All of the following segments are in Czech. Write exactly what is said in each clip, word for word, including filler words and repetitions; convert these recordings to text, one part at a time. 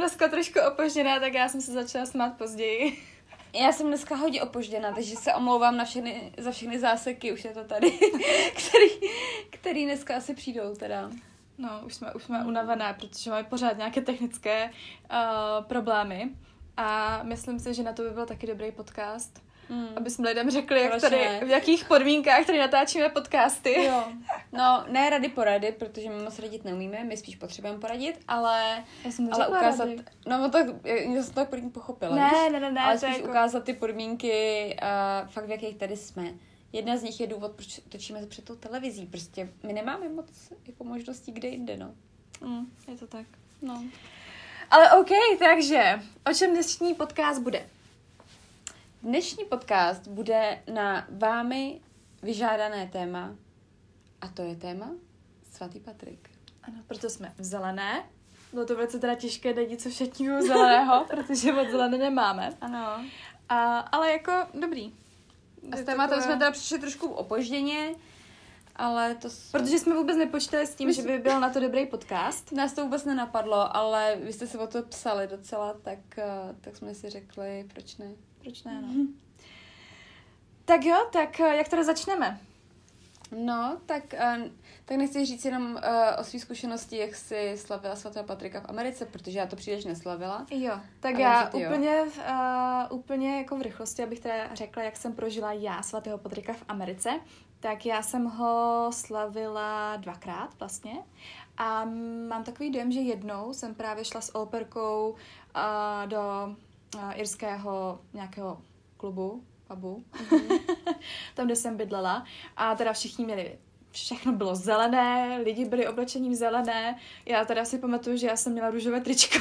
dneska trošku opožděná, tak já jsem se začala smát později. Já jsem dneska hodně opožděná, takže se omlouvám na všechny, za všechny záseky, už je to tady, který, který dneska asi přijdou teda. No, už jsme, už jsme unavené, protože máme pořád nějaké technické uh, problémy a myslím si, že na to by byl taky dobrý podcast, mm. aby jsme lidem řekli, jak tady, v jakých podmínkách tady natáčíme podcasty. Jo. No, ne rady porady, protože my moc radit neumíme, my spíš potřebujeme poradit, ale, ale ukázat, rady. No, tak, já jsem to tak první pochopila. Ne, ne, ne, ne. Ale spíš jako... ukázat ty podmínky, uh, fakt v jakých tady jsme. Jedna z nich je důvod, proč točíme před tou televizí. Prostě my nemáme moc jako možností kde jinde, no. Mm, je to tak. No. Ale OK, takže o čem dnešní podcast bude? Dnešní podcast bude na vámi vyžádané téma a to je téma svatý Patrik. Ano, proto jsme v zelené. Bylo to velice teda těžké najít co všetního zeleného, protože moc zelené nemáme. Ano. A, ale jako dobrý. A s tématem takové... jsme teda přišli trošku opožděně, ale to... Jsme... Protože jsme vůbec nepočítali s tím, my... že by byl na to dobrý podcast. Nás to vůbec nenapadlo, ale vy jste se o to psali docela, tak, tak jsme si řekli, proč ne. Proč ne, no. Mm-hmm. Tak jo, tak jak teda začneme? No, tak, tak nechci říct jenom o své zkušenosti, jak jsi slavila svatého Patrika v Americe, protože já to příliš neslavila. Jo, tak já úplně, uh, úplně jako v rychlosti, abych teda řekla, jak jsem prožila já svatého Patrika v Americe, tak já jsem ho slavila dvakrát vlastně a mám takový dojem, že jednou jsem právě šla s operkou uh, do uh, irského nějakého klubu, pubu, mm-hmm. tam, kde jsem bydlela. A teda všichni měli, všechno bylo zelené, lidi byli oblečení v zelené. Já teda si pamatuju, že já jsem měla růžové tričko.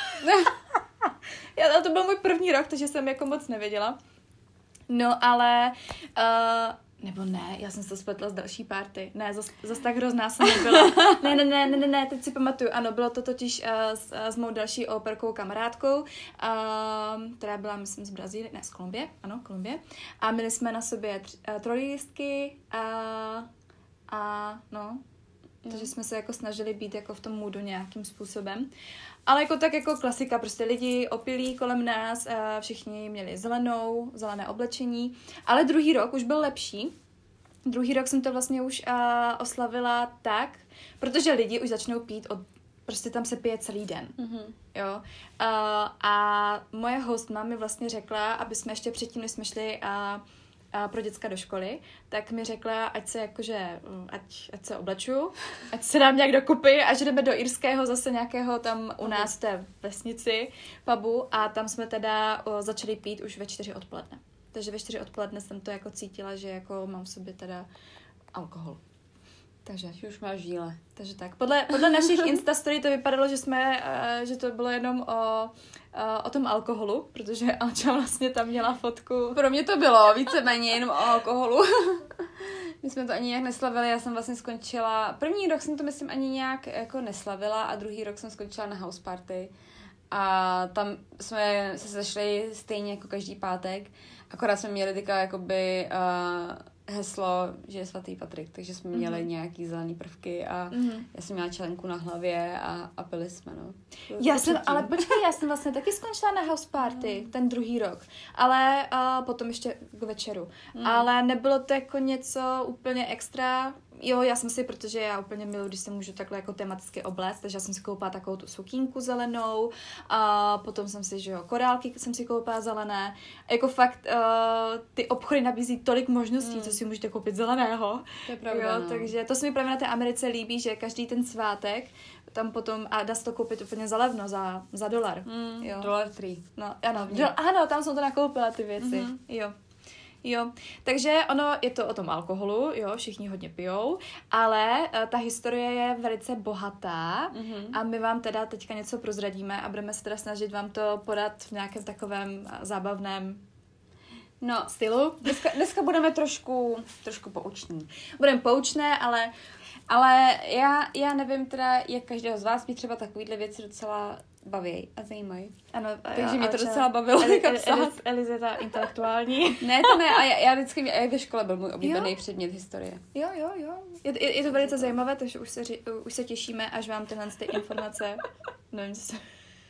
já, to byl můj první rok, takže jsem jako moc nevěděla. No ale... Uh, nebo ne, já jsem se spletla z další party. Ne, zas, zas tak hrozná jsem nebyla. Ne, ne, ne, ne, ne, ne, teď si pamatuju. Ano, bylo to totiž uh, s, uh, s mou další operkou kamarádkou, uh, která byla, myslím, z Brazílie, ne, z Kolumbie, ano, Kolumbie. A měli jsme na sobě tři, uh, trojlístky a, a no, mm. takže jsme se jako snažili být jako v tom moodu nějakým způsobem. Ale jako tak jako klasika, prostě lidi opilí kolem nás, všichni měli zelenou, zelené oblečení, ale druhý rok už byl lepší. Druhý rok jsem to vlastně už uh, oslavila tak, protože lidi už začnou pít, od, prostě tam se pije celý den. Mm-hmm. Jo. Uh, a moje hostma mi vlastně řekla, aby jsme ještě předtím, než jsme šli uh, a pro děcka do školy, tak mi řekla, ať se jakože, ať, ať se obleču, ať se dám nějak dokupy a že jdeme do irského zase nějakého tam u nás v té vesnici pubu a tam jsme teda o, začali pít už ve čtyři odpoledne. Takže ve čtyři odpoledne jsem to jako cítila, že jako mám v sobě teda alkohol. Takže už máš žíle. Takže tak. Podle, podle našich Instastory to vypadalo, že jsme, uh, že to bylo jenom o, uh, o tom alkoholu, protože Alča vlastně tam měla fotku. Pro mě to bylo víceméně jenom o alkoholu. My jsme to ani nějak neslavili, já jsem vlastně skončila, první rok jsem to myslím ani nějak jako neslavila a druhý rok jsem skončila na house party a tam jsme se sešli stejně jako každý pátek, akorát jsme měli teďka jakoby uh, heslo, že je svatý Patrik, takže jsme měli mm-hmm. nějaký zelený prvky a mm-hmm. já jsem měla čelenku na hlavě a, a pili jsme, no. Já jsem, ale počkej, já jsem vlastně taky skončila na house party mm. ten druhý rok, ale uh, potom ještě k večeru. Mm. Ale nebylo to jako něco úplně extra. Jo, já jsem si, protože já úplně miluji, když se můžu takhle jako tematicky obléct, takže já jsem si koupila takovou tu sukínku zelenou a potom jsem si, že jo, korálky jsem si koupila zelené. Jako fakt uh, ty obchody nabízí tolik možností, mm. co si můžete koupit zeleného. To je pravda, jo, no. Takže to se mi právě na té Americe líbí, že každý ten svátek tam potom, a dá se to koupit úplně za levno, za, za dolar. Mm, jo. Dolar tři. No, ano, do, ano, tam jsem to nakoupila, ty věci. Mm-hmm. Jo. Jo, takže ono je to o tom alkoholu, jo, všichni hodně pijou, ale uh, ta historie je velice bohatá mm-hmm. a my vám teda teďka něco prozradíme a budeme se teda snažit vám to podat v nějakém takovém uh, zábavném no, stylu. Dneska, dneska budeme trošku, trošku pouční. Budeme poučné, ale... Ale já, já nevím teda, jak každého z vás, mě třeba takovýhle věci docela baví a zajímají. Ano, takže jo, mě to třeba docela bavilo. Eli, Eli, Eli, Elize ta intelektuální. Ne, to ne, a já, já vždycky, já ve škole byl můj oblíbený jo? předmět historie. Jo, jo, jo. Je, je, je to velice zajímavé, takže už se, už se těšíme, až vám tyhle ty informace, nevím, co se...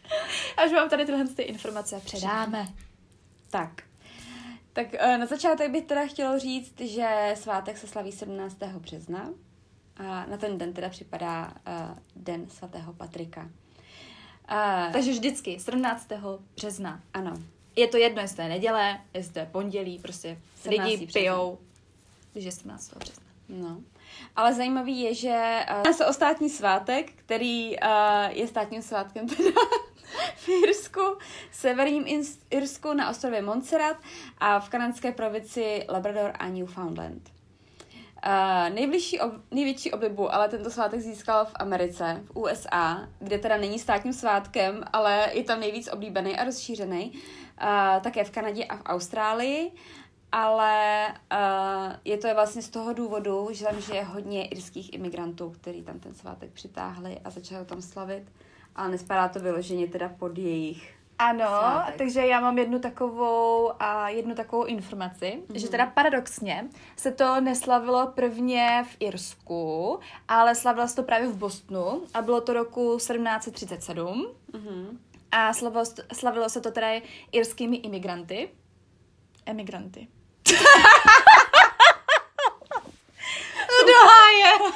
Až vám tady tyhle ty informace předáme. Tak. Tak uh, na začátek bych teda chtěla říct, že svátek se slaví sedmnáctého března a na ten den teda připadá uh, Den svatého Patrika. Uh, Takže vždycky sedmnáctého března. ano. Je to jedno, jestli to je neděle, jestli to je pondělí, prostě lidi března. pijou, když je sedmnáctého března. No. Ale zajímavý je, že uh, se o státní svátek, který uh, je státním svátkem teda v Irsku, severním Ins- Irsku na ostrově Montserrat a v kanadské provincii Labrador a Newfoundland. Uh, nejbližší ob- největší oblibu ale tento svátek získal v Americe, v U S A, kde teda není státním svátkem, ale je tam nejvíc oblíbený a rozšířený. Uh, také v Kanadě a v Austrálii, ale uh, je to vlastně z toho důvodu, že tam žije hodně irských imigrantů, kteří tam ten svátek přitáhli a začali ho tam slavit, ale nespadá to vyloženě teda pod jejich. Ano, svátek. takže já mám jednu takovou a jednu takovou informaci, mm-hmm. že teda paradoxně se to neslavilo prvně v Irsku, ale slavilo se to právě v Bostonu a bylo to roku sedmnáct set třicet sedm Mm-hmm. a slavilo, slavilo se to teda irskými imigranty. Emigranty. Do háje!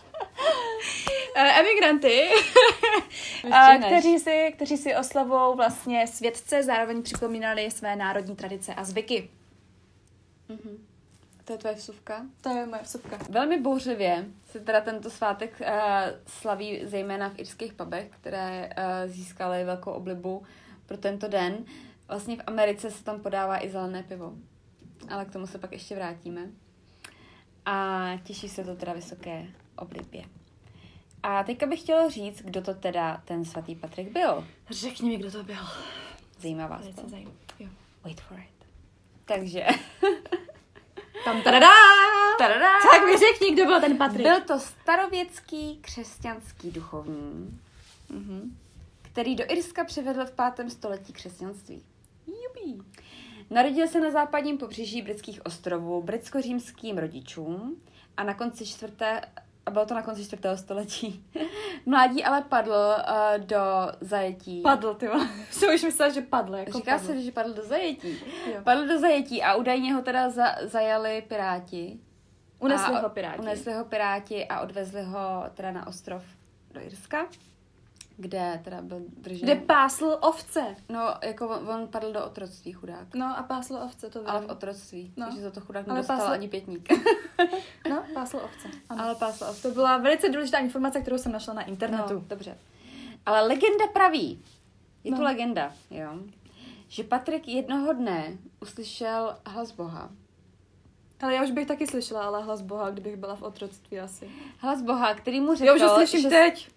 Emigranty, kteří si, kteří si oslavou vlastně světce zároveň připomínali své národní tradice a zvyky. Mm-hmm. To je tvoje vsuvka? To je moje vsuvka. Velmi bouřlivě se teda tento svátek uh, slaví zejména v irských pubech, které uh, získaly velkou oblibu pro tento den. Vlastně v Americe se tam podává i zelené pivo. Ale k tomu se pak ještě vrátíme. A těší se to teda vysoké oblibě. A teďka bych chtěla říct, kdo to teda ten svatý Patrik byl. Řekni mi, kdo to byl. Zajímá vás Velice to? zajímavé. Jo. Wait for it. Takže... Tam tadadá! Tadadá! Tak mi řekni, kdo byl ten Patrik. Byl to starověký křesťanský duchovní, Mhm. který do Irska přivedl v pátém století křesťanství. Jupí. Narodil se na západním pobřeží britských ostrovů britsko-římským rodičům a na konci čtvrté a bylo to na konci čtvrtého století. Mládí ale padl uh, do zajetí. Padl, ty vole. Jsem už myslela, že padl. Jako Říká padl. se, že padl do zajetí. Jo. Padl do zajetí a údajně ho teda za, zajali piráti. Unesli A ho piráti. Unesli ho piráti a odvezli ho teda na ostrov do Irska, kde teda byl držen. Kde pásl ovce. No, jako on, on padl do otroctví, chudák. No a pásl ovce, to vím. Ale v otroctví, No. takže za to chudák Ale nedostal pásl- ani pětník. No, pásl ovce. Ano. Ale pásl ovce. To byla velice důležitá informace, kterou jsem našla na internetu. No, dobře. Ale legenda praví, je No. tu legenda, jo, že Patrik jednoho dne uslyšel hlas Boha. Ale já už bych taky slyšela, ale hlas Boha, kdybych byla v otroctví asi. Hlas Boha, který mu řekl, Já už ho slyším že, teď.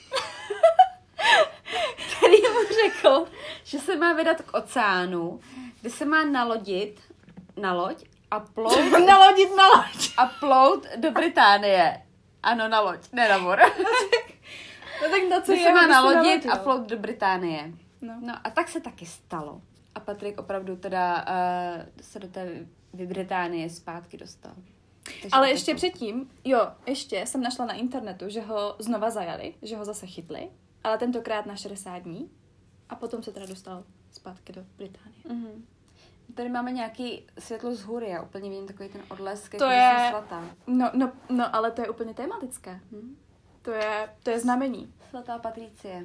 který mu řekl, že se má vydat k oceánu, kde se má nalodit na loď a plout, Nalodit na loď. a plout do Británie. Ano, na loď, ne na mor. No tak na co Kde je, se má aby nalodit nalodil? a plout do Británie. No. No a tak se taky stalo. A Patrik opravdu teda uh, se do té Británie zpátky dostal. Takže Ale to ještě to. předtím, jo, ještě jsem našla na internetu, že ho znova zajali, že ho zase chytli, ale tentokrát na šedesát dní a potom se teda dostal zpátky do Británie. Mhm. Tady máme nějaký světlo z hůry, já úplně vidím takový ten odlesk, To jako je- že jsem svatá. No, no, no, ale to je úplně tematické. Hm? To je, to je znamení. Svatá Patricie.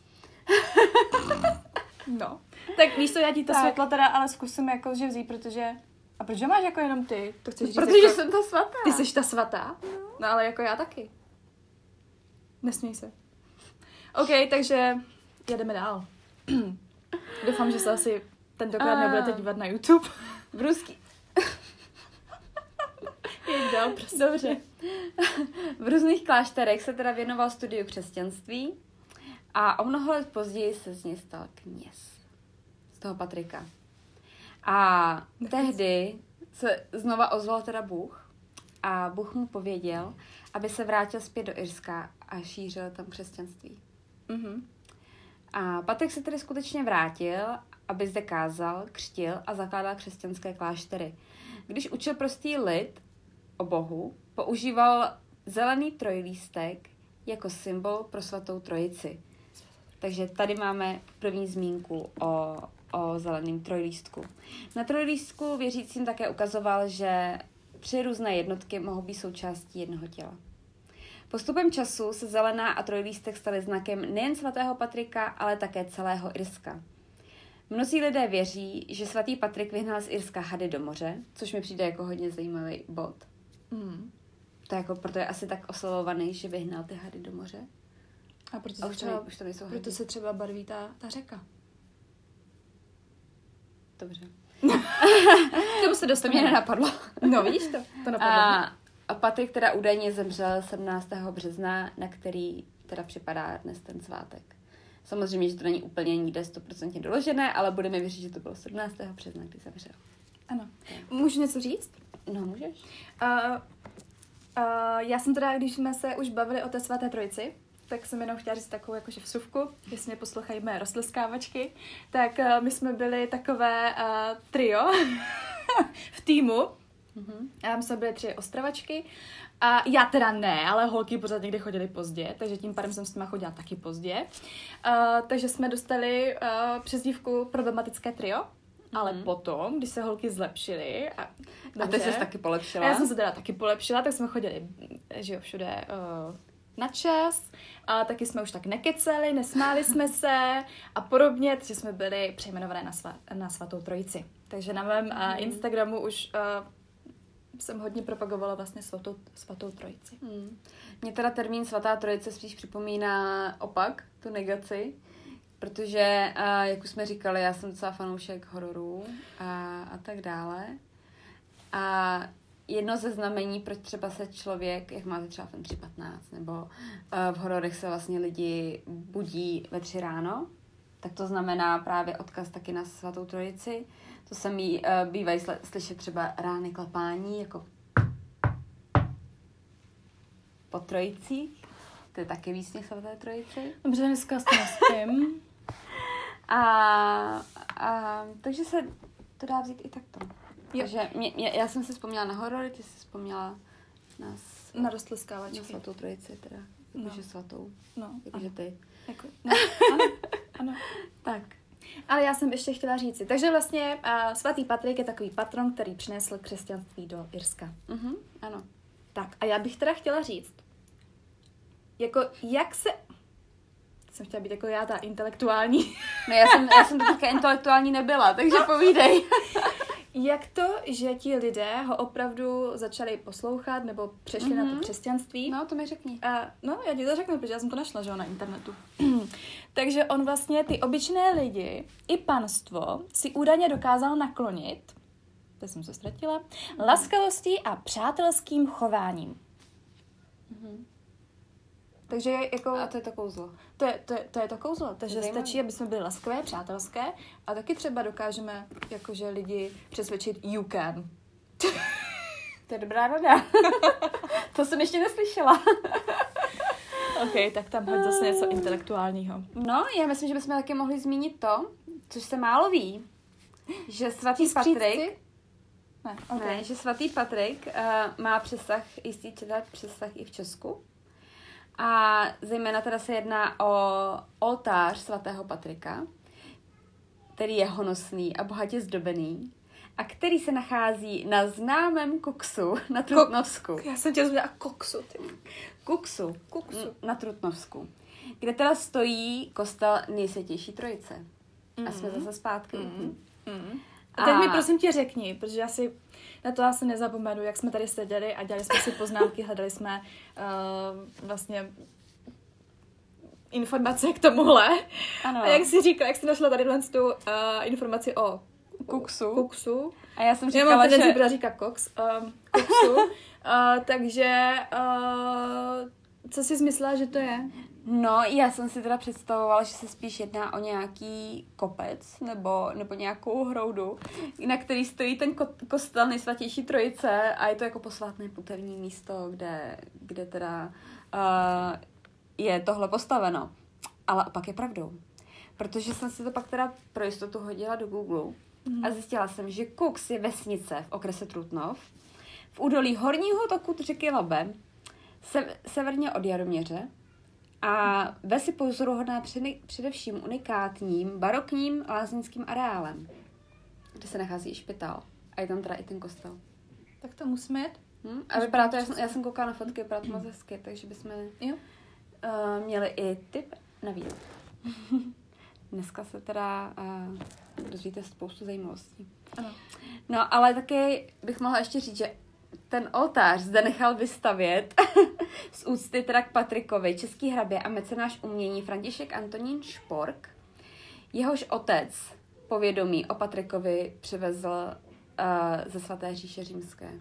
No. Tak víš co, já ti to Tak. světlo teda ale zkusím jako že vzít, protože... A proč ho máš jako jenom ty? To chceš říct Protože jako... jsem ta svatá. Ty jsi ta svatá? No ale jako já taky. Nesmí se. OK, takže jedeme dál. Doufám, že se asi tentokrát A. nebudete dívat na YouTube. Brusky. Jeď dál, prosím. Dobře. V různých klášterech se teda věnoval studiu křesťanství a o mnoho let později se z něj stal kněz. Z toho Patrika. A tehdy se znova ozval teda Bůh a Bůh mu pověděl, aby se vrátil zpět do Irska a šířil tam křesťanství. Mhm. A Patrik se tedy skutečně vrátil, aby zde kázal, křtil a zakládal křesťanské kláštery. Když učil prostý lid o Bohu, používal zelený trojlístek jako symbol pro svatou trojici. Takže tady máme první zmínku o, o zeleném trojlístku. Na trojlístku věřícím také ukazoval, že tři různé jednotky mohou být součástí jednoho těla. Postupem času se zelená a trojlístek staly znakem nejen svatého Patrika, ale také celého Irska. Mnozí lidé věří, že svatý Patrik vyhnal z Irska hady do moře, což mi přijde jako hodně zajímavý bod. Mm. To jako, proto je asi tak oslavovaný, že vyhnal ty hady do moře. A proto, A se už, třeba, to, už to nejsou hady. proto se třeba barví ta, ta řeka. Dobře. K tomu se To dostaneme. mě nenapadlo. No vidíš to? To napadlo. A, a Patrik teda údajně zemřel sedmnáctého března, na který teda připadá dnes ten svátek. Samozřejmě, že to není úplně nikde stoprocentně doložené, ale budeme věřit, že to bylo sedmnáctého března, kdy zemřel. Ano. Můžu něco říct? No, můžeš. Uh, uh, já jsem teda, když jsme se už bavili o té svaté trojici, tak jsem jenom chtěla říct takovou jakože vsuvku, jestli mě poslouchají mé roztleskávačky, tak uh, my jsme byli takové uh, trio v týmu. Mhm. A my jsme byli tři ostravačky. A já teda ne, ale holky pořád někdy chodily pozdě, takže tím pádem jsem s nima chodila taky pozdě. Uh, takže jsme dostali uh, přezdívku problematické trio. Ale Mhm. potom, když se holky zlepšily a, A ty jsi taky a polepšila. já jsem se teda taky polepšila, tak jsme chodili, že jo, všude uh, na čas a taky jsme už tak nekeceli, nesmáli jsme se a podobně, takže jsme byli přejmenované na, sva, na svatou trojici. Takže na mém uh, Instagramu už uh, jsem hodně propagovala vlastně svatou, svatou trojici. Hmm. Mně teda termín svatá trojice spíš připomíná opak, tu negaci, protože, uh, jak už jsme říkali, já jsem docela fanoušek hororů a, a tak dále. A jedno ze znamení, proč třeba se člověk, jak máte třeba v tři patnáct, nebo uh, v hororech se vlastně lidi budí ve tři ráno, tak to znamená právě odkaz taky na svatou trojici. To se mi uh, bývají sl- slyšet třeba rány klepání, jako po trojicích. To je taky výsměch svaté trojici. Dobře, dneska s tím nespím. A, a takže se to dá vzít i takto. Jo. Takže mě, mě, já jsem si vzpomněla na horory, ty jsi vzpomněla na, s, Na na roztleskávačky. svatou trojici, teda. No. Jakože svatou. No, Jakože ano. ty. Jako, no, ano, ano. Tak. Ale já jsem ještě chtěla říci. Takže vlastně uh, svatý Patrik je takový patron, který přinesl křesťanství do Irska. Mhm, ano. Tak a já bych teda chtěla říct, jako jak se... Jsem chtěla být jako já ta intelektuální. No já jsem, já jsem to teďka intelektuální nebyla, takže povídej. Jak to, že ti lidé ho opravdu začali poslouchat nebo přešli mm-hmm. na to křesťanství? No, to mi řekni. A, no, já ti to řeknu, protože já jsem to našla, že jo, na internetu. Takže on vlastně ty obyčejné lidi i panstvo si údajně dokázal naklonit, to jsem se ztratila, mm-hmm. laskavostí a přátelským chováním. Mhm. Takže jako... A to je to kouzlo. To je to, je, to, je to kouzlo. Takže Zajímavé. stačí, aby jsme byli laskavé, přátelské a taky třeba dokážeme jakože lidi přesvědčit you can. To je dobrá rada. To jsem ještě neslyšela. OK, tak tam hoď zase něco intelektuálního. No, já myslím, že bychom taky mohli zmínit to, což se málo ví, že svatý Patrik, Ne, OK. ne, že svatý Patrik uh, má přesah, jistý teda přesah i v Česku. A zejména teda se jedná o oltář svatého Patrika, který je honosný a bohatě zdobený a který se nachází na známém Kuksu na Trutnovsku. Já jsem tě změla koksu, ty. Kuksu, Kuksu. n- na Trutnovsku, kde teda stojí kostel Nejsvětější Trojice. Mm. A jsme zase zpátky. Mm. Mm. A teď mi prosím tě řekni, protože já si na to asi nezapomenu, jak jsme tady seděli a dělali jsme si poznámky, hledali jsme uh, vlastně informace k tomuhle. Ano. A jak jsi říkala, jak jsi našla tady tu uh, informaci o Kuksu. Kuksu. A já jsem Já říkala, mám tendenci že... že... říkat koks, um, koksu. uh, takže uh, co jsi myslela, že to je? No, já jsem si teda představovala, že se spíš jedná o nějaký kopec nebo, nebo nějakou hroudu, na který stojí ten ko- kostel Nejsvatější Trojice a je to jako posvátné putevní místo, kde, kde teda uh, je tohle postaveno. Ale opak je pravdou. Protože jsem si to pak teda pro jistotu hodila do Google mm. a zjistila jsem, že Kuks je vesnice v okrese Trutnov v údolí horního toku řeky Labe, se- severně od Jaroměře A ves je pozoruhodná především unikátním barokním lázeňským areálem, kde se nachází i špitál. A je tam teda i ten kostel. Tak to musíme jet. Hm? A vypadá to, já jsem, já jsem koukala na fotky, vypadá to moc hezky, takže bychom jo. Uh, měli i tip na výlet. Dneska se teda uh, dozvíte spoustu zajímavostí. Ano. No, ale taky bych mohla ještě říct, že ten oltář zde nechal vystavět z úcty teda k Patrikovi český hrabě a mecenáš umění František Antonín Špork. Jehož otec povědomí o Patrikovi přivezl uh, ze svaté říše římské.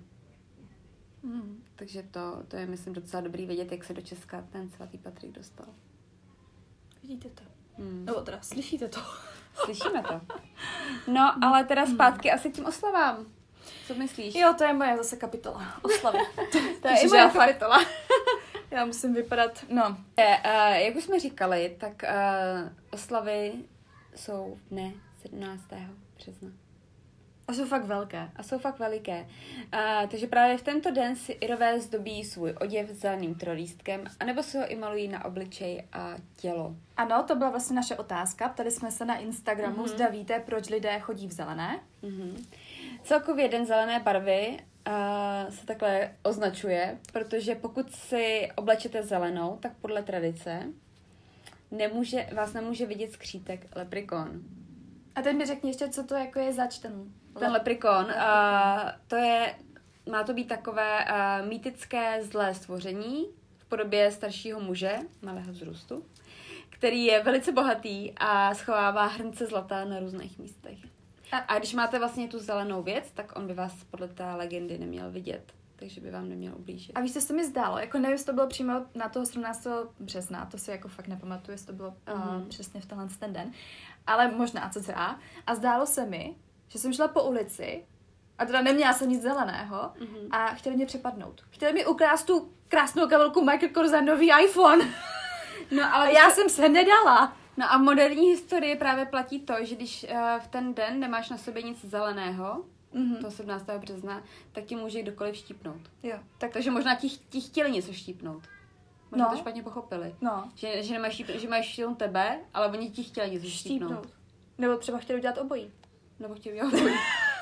Mm. Takže to, to je, myslím, docela dobrý vědět, jak se do Česka ten svatý Patrik dostal. Vidíte to? Hmm. Nebo teda slyšíte to? Slyšíme to. No, ale teda zpátky asi k tím oslavám. Co myslíš? Jo, to je moje zase kapitola. Oslavy. To je i moje kapitola. Já musím vypadat, no. Je, uh, jak už jsme říkali, tak uh, oslavy jsou dne sedmnáctého března. A jsou fakt velké. A jsou fakt veliké. Uh, takže právě v tento den si Irové zdobí svůj oděv zeleným trolístkem, anebo si ho i malují na obličej a tělo. Ano, to byla vlastně naše otázka. Ptali jsme se na Instagramu, mm-hmm. zda víte, proč lidé chodí v zelené. Mm-hmm. Celkově den zelené barvy uh, se takhle označuje, protože pokud si oblečete zelenou, tak podle tradice nemůže, vás nemůže vidět skřítek leprikon. A teď mi řekni ještě, co to jako je zač ten Ten leprikon, uh, to je, má to být takové uh, mýtické zlé stvoření v podobě staršího muže, malého vzrůstu, který je velice bohatý a schovává hrnce zlata na různých místech. A, a když máte vlastně tu zelenou věc, tak on by vás podle té legendy neměl vidět, takže by vám neměl ublížit. A víš, co se mi zdálo? Jako nevím, jestli to bylo přímo na toho sedmnáctého března, to si jako fakt nepamatuju, jestli to bylo mm-hmm. uh, přesně v tenhle ten den, ale možná cca. A zdálo se mi, že jsem šla po ulici a teda neměla jsem nic zeleného mm-hmm. a chtěli mě přepadnout. Chtěli mi ukrást tu krásnou kabelku Michael Kors za nový iPhone. No ale já to... jsem se nedala. No a v moderní historii právě platí to, že když uh, v ten den nemáš na sobě nic zeleného, mm-hmm. toho sedmnáctého března, tak ti může kdokoliv štípnout. Jo. Tak, takže možná ti, ti chtěli něco štípnout. Možná no. to špatně pochopili. No. Že, že nemáš štípnout, že máš jenom tebe, ale oni ti chtěli něco štípnout. štípnout. Nebo třeba chtěli udělat obojí. Nebo chtěli udělat obojí.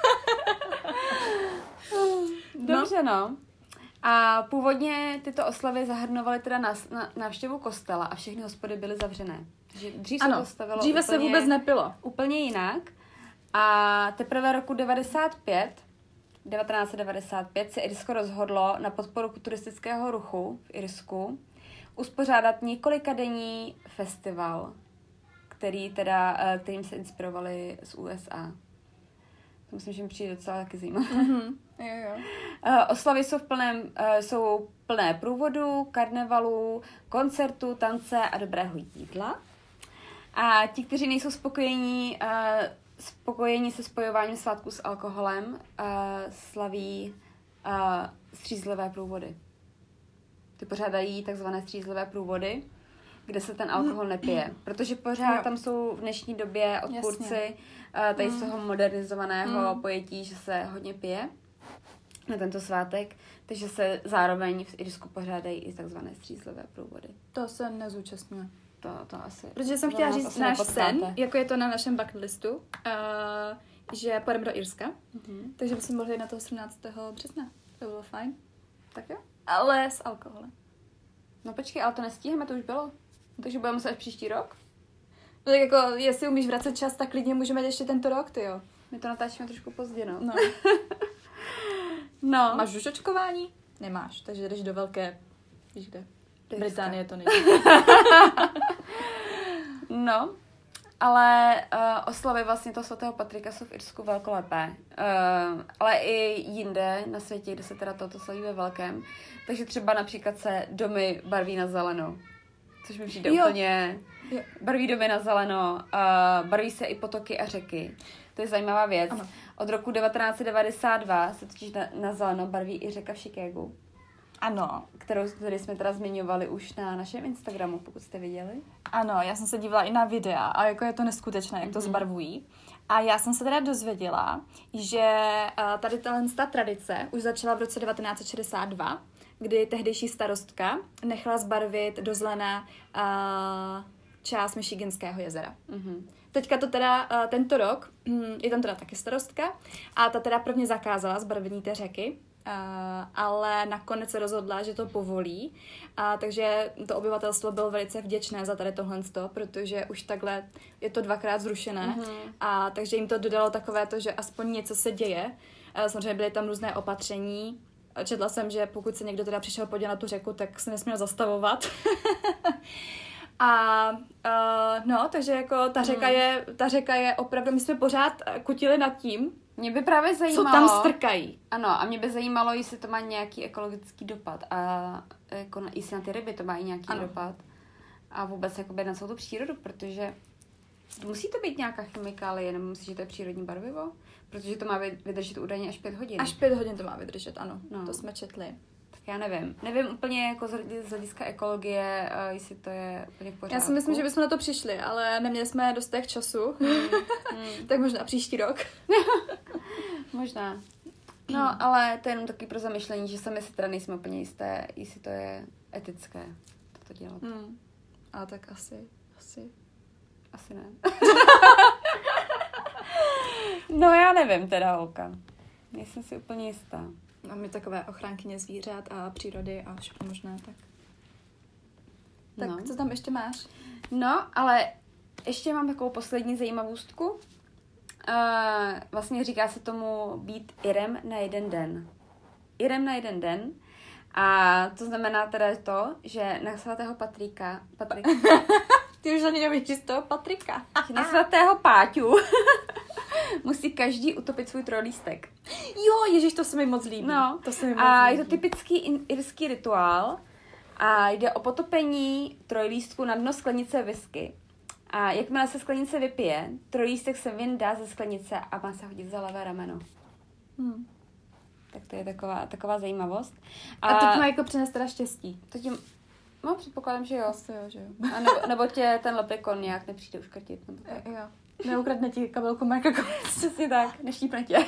Dobře, no. A původně tyto oslavy zahrnovaly teda na, na, návštěvu kostela a všechny hospody byly zavřené. Takže dřív ano, se to stavilo dříve úplně, se vůbec nepilo. Úplně jinak. A teprve roku devadesát pět, devatenáct set devadesát pět se Irsko rozhodlo na podporu turistického ruchu v Irsku uspořádat několikadenní festival, který teda, kterým se inspirovali z U S A. To myslím, že mi přijde docela taky zajímavé. Mm-hmm. Jo, jo. Uh, oslavy jsou, v plném, uh, jsou plné průvodu, karnevalů, koncertů, tance a dobrého jídla. A ti, kteří nejsou spokojení, uh, spokojení se spojováním svátků s alkoholem, uh, slaví uh, střízlivé průvody. Ty pořádají takzvané střízlivé průvody, kde se ten alkohol nepije. Protože pořád jo. tam jsou v dnešní době odpůrci uh, tady z toho modernizovaného mm. pojetí, že se hodně pije na tento svátek, takže se zároveň v Irsku pořádají i takzvané střízlivé průvody. To se nezúčastňuje. To, to asi... Protože jsem chtěla říct náš sen, jako je to na našem bucket listu, uh, že půjdeme do Irska, mm-hmm. takže bychom mohli jít na toho sedmnáctého března. To bylo fajn. Tak jo. Ale s alkoholem. No počkej, ale to nestihneme, to už bylo. Takže budeme muset až příští rok? No tak jako, jestli umíš vracet čas, tak klidně můžeme ještě tento rok, ty jo. My to natáčíme trošku pozdě, no. No. no. Máš už očkování? Nemáš, takže jdeš do velké, víš kde? Do Británie to není. no, ale uh, oslavy vlastně toho svatého Patrika jsou v Irsku velkolepé. Uh, ale i jinde na světě, kde se teda toto slaví ve velkém. Takže třeba například se domy barví na zeleno. Což mi přijde jo. úplně... Jo. Barví domy na zeleno, uh, barví se i potoky a řeky. To je zajímavá věc. Ano. Od roku devatenáct set devadesát dva se totiž na, na zeleno barví i řeka v Chicagu. Ano. Kterou tady jsme teda zmiňovali už na našem Instagramu, pokud jste viděli. Ano, já jsem se dívala i na videa a jako je to neskutečné, jak to mm-hmm. zbarvují. A já jsem se teda dozvěděla, že uh, tady ta tradice už začala v roce devatenáct set šedesát dva, kdy tehdejší starostka nechala zbarvit do zelené uh, část Michiganského jezera. Mm-hmm. Teďka to teda, uh, tento rok, um, je tam teda taky starostka a ta teda prvně zakázala zbarvení té řeky, uh, ale nakonec se rozhodla, že to povolí, uh, takže to obyvatelstvo bylo velice vděčné za tady tohle, protože už takhle je to dvakrát zrušené, mm-hmm. a takže jim to dodalo takové to, že aspoň něco se děje. Uh, samozřejmě byly tam různé opatření. Četla jsem, že pokud se někdo teda přišel podívat na tu řeku, tak se nesměl zastavovat. A uh, no, takže jako ta řeka, mm. je, ta řeka je opravdu, my jsme pořád kutili nad tím, mě by právě zajímalo, co tam strkají. Ano, a mě by zajímalo, jestli to má nějaký ekologický dopad a jako na, jestli na ty ryby to má i nějaký ano. dopad a vůbec jakoby na celou tu přírodu, protože musí to být nějaká chemikálie, nebo myslíš, že to je přírodní barvivo? Protože to má vydržet údajně až pět hodin. Až pět hodin to má vydržet, ano, no. To jsme četli. Tak já nevím. Nevím úplně jako z hlediska ekologie, uh, jestli to je úplně v pořádku. Já si myslím, že bychom na to přišli, ale neměli jsme dostatek času. Hmm. Hmm. Tak možná příští rok. Možná. No, ale to je jenom taky pro zamyšlení, že sami si teda nejsme úplně jisté, jestli to je etické to dělat. Hmm. A tak asi, asi. Asi ne. No já nevím teda, holka. Nejsem si úplně jistá. A my takové ochránkyně zvířat a přírody a všechno možné, tak. Tak no. Co tam ještě máš? No, ale ještě mám takovou poslední zajímavostku. Uh, vlastně říká se tomu být Irem na jeden den. Irem na jeden den. A to znamená teda to, že na svatého Patrika... Patrika Ty už ani nevíš z toho Patrika. Na svatého Páťu musí každý utopit svůj trojlístek. Jo, ježiš, to se mi moc líbí. No. To se mi moc a líbí. je to typický irský rituál a jde o potopení trojlístku na dno sklenice whisky. A jakmile se sklenice vypije, trojlístek se vyndá ze sklenice a má se hodit za levé rameno. Hmm. Tak to je taková, taková zajímavost. A, a to ti má jako přinést teda štěstí. To tím, no předpokládám, že jo. Asi jo, že jo. A nebo, nebo tě ten leprekon nějak nepřijde uškrtit. Nebo tak. Jo. Neukradne ti kabelku Michael Kors. Přesně tak, neštípne tě.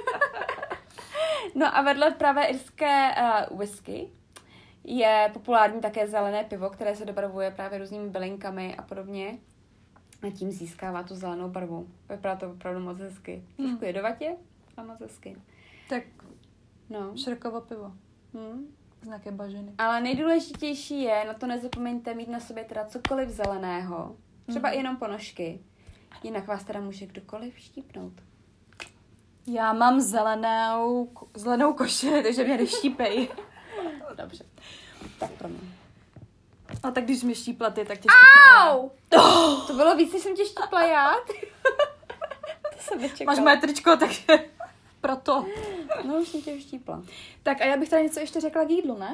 No a vedle pravé irské uh, whisky je populární také zelené pivo, které se dobarvuje právě různými bylinkami a podobně. A tím získává tu zelenou barvu. Vypadá to opravdu moc hezky. Trošku hmm. jedovatě a moc hezky. Tak no. Šrekovo pivo. Hmm. Znaké bažiny. Ale nejdůležitější je, na to nezapomeňte mít na sobě teda cokoliv zeleného. Třeba hmm. jenom ponožky. Jinak vás teda může kdokoliv štípnout. Já mám zelenou, zelenou košili, takže mě neštípej. Dobře. Tak pro mě. A tak když mi štípla ty, tak tě štípla. Au! Oh! To bylo víc, než jsem tě štípla já. To jsem nečekala. Máš moje tričko, takže proto. No už jsem tě štípla. Tak a já bych tady něco ještě řekla k jídlu, ne?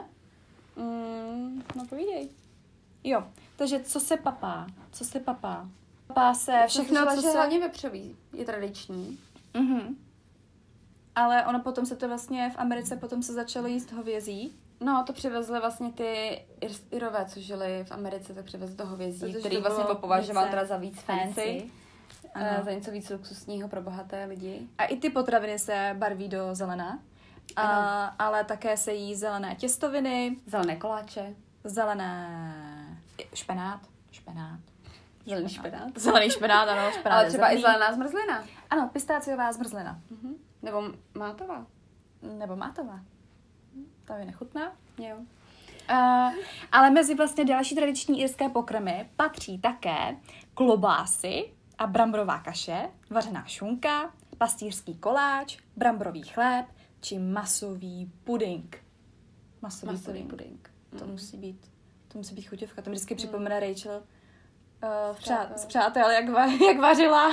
Mm, no povídej. Jo, takže co se papá? Co se papá? Papá se všechno, co, co se... se... hlavně vepřový je tradiční. Mhm. Ale ono potom se to vlastně v Americe potom se začalo jíst hovězí. No, to přivezli vlastně ty Ir- Irové, co žili v Americe, tak přivezli to hovězí, protože který to vlastně byl považován teda za víc fancy. fancy. Uh, za něco víc luxusního pro bohaté lidi. A i ty potraviny se barví do zelená. A, ale také se jí zelené těstoviny. Zelené koláče. Zelené špenát. Špenát. Zelený špenát. Zelený špenát, ano. Špenát ale třeba zelený. I zelená zmrzlina. Ano, pistáciová zmrzlina. Uh-huh. Nebo mátová. Nebo mátová. To je nechutná. Jo. Uh, ale mezi vlastně další tradiční irské pokrmy patří také klobásy a bramborová kaše, vařená šunka, pastýřský koláč, bramborový chléb či masový puding. Masový, masový puding. puding. To mm. musí být, to musí být chuťovka. To mi vždycky připomene mm. Rachel uh, v přát, z přátel, jak, va, jak vařila.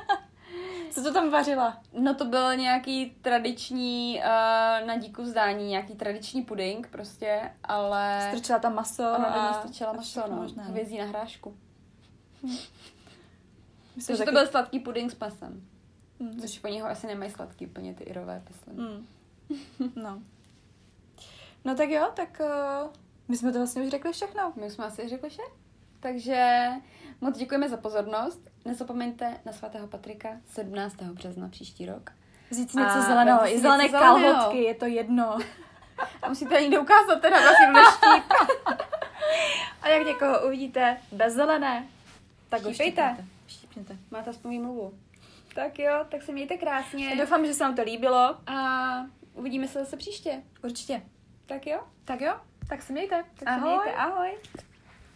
Co to tam vařila? No to byl nějaký tradiční, uh, na díku vzdání, nějaký tradiční puding prostě, ale... Strčila tam maso ona a... do ní strčila maso, no. Možná. Hvězdí na hrášku. Hm. Myslím, že taky... to byl sladký puding s masem. Mm. Což po něho asi nemají sladký úplně ty Irové, myslím. Mm. No. No tak jo, tak uh, my jsme to vlastně už řekli všechno. My jsme asi řekli vše. Takže moc děkujeme za pozornost. Nezapomeňte na svatého Patrika sedmnáctého března příští rok. Vzít si něco zeleného, i zelené kalhotky, je to jedno. A musíte někde ukázat teda vlastně do štít. A jak někoho uvidíte bez zelené, tak ho štípejte. Štípněte. Máte aspoň výmluvu. Tak jo, tak se mějte krásně. Doufám, že se vám to líbilo a uvidíme se zase příště. Určitě. Tak jo? Tak jo, tak se mějte. Tak ahoj. se mějte. Ahoj.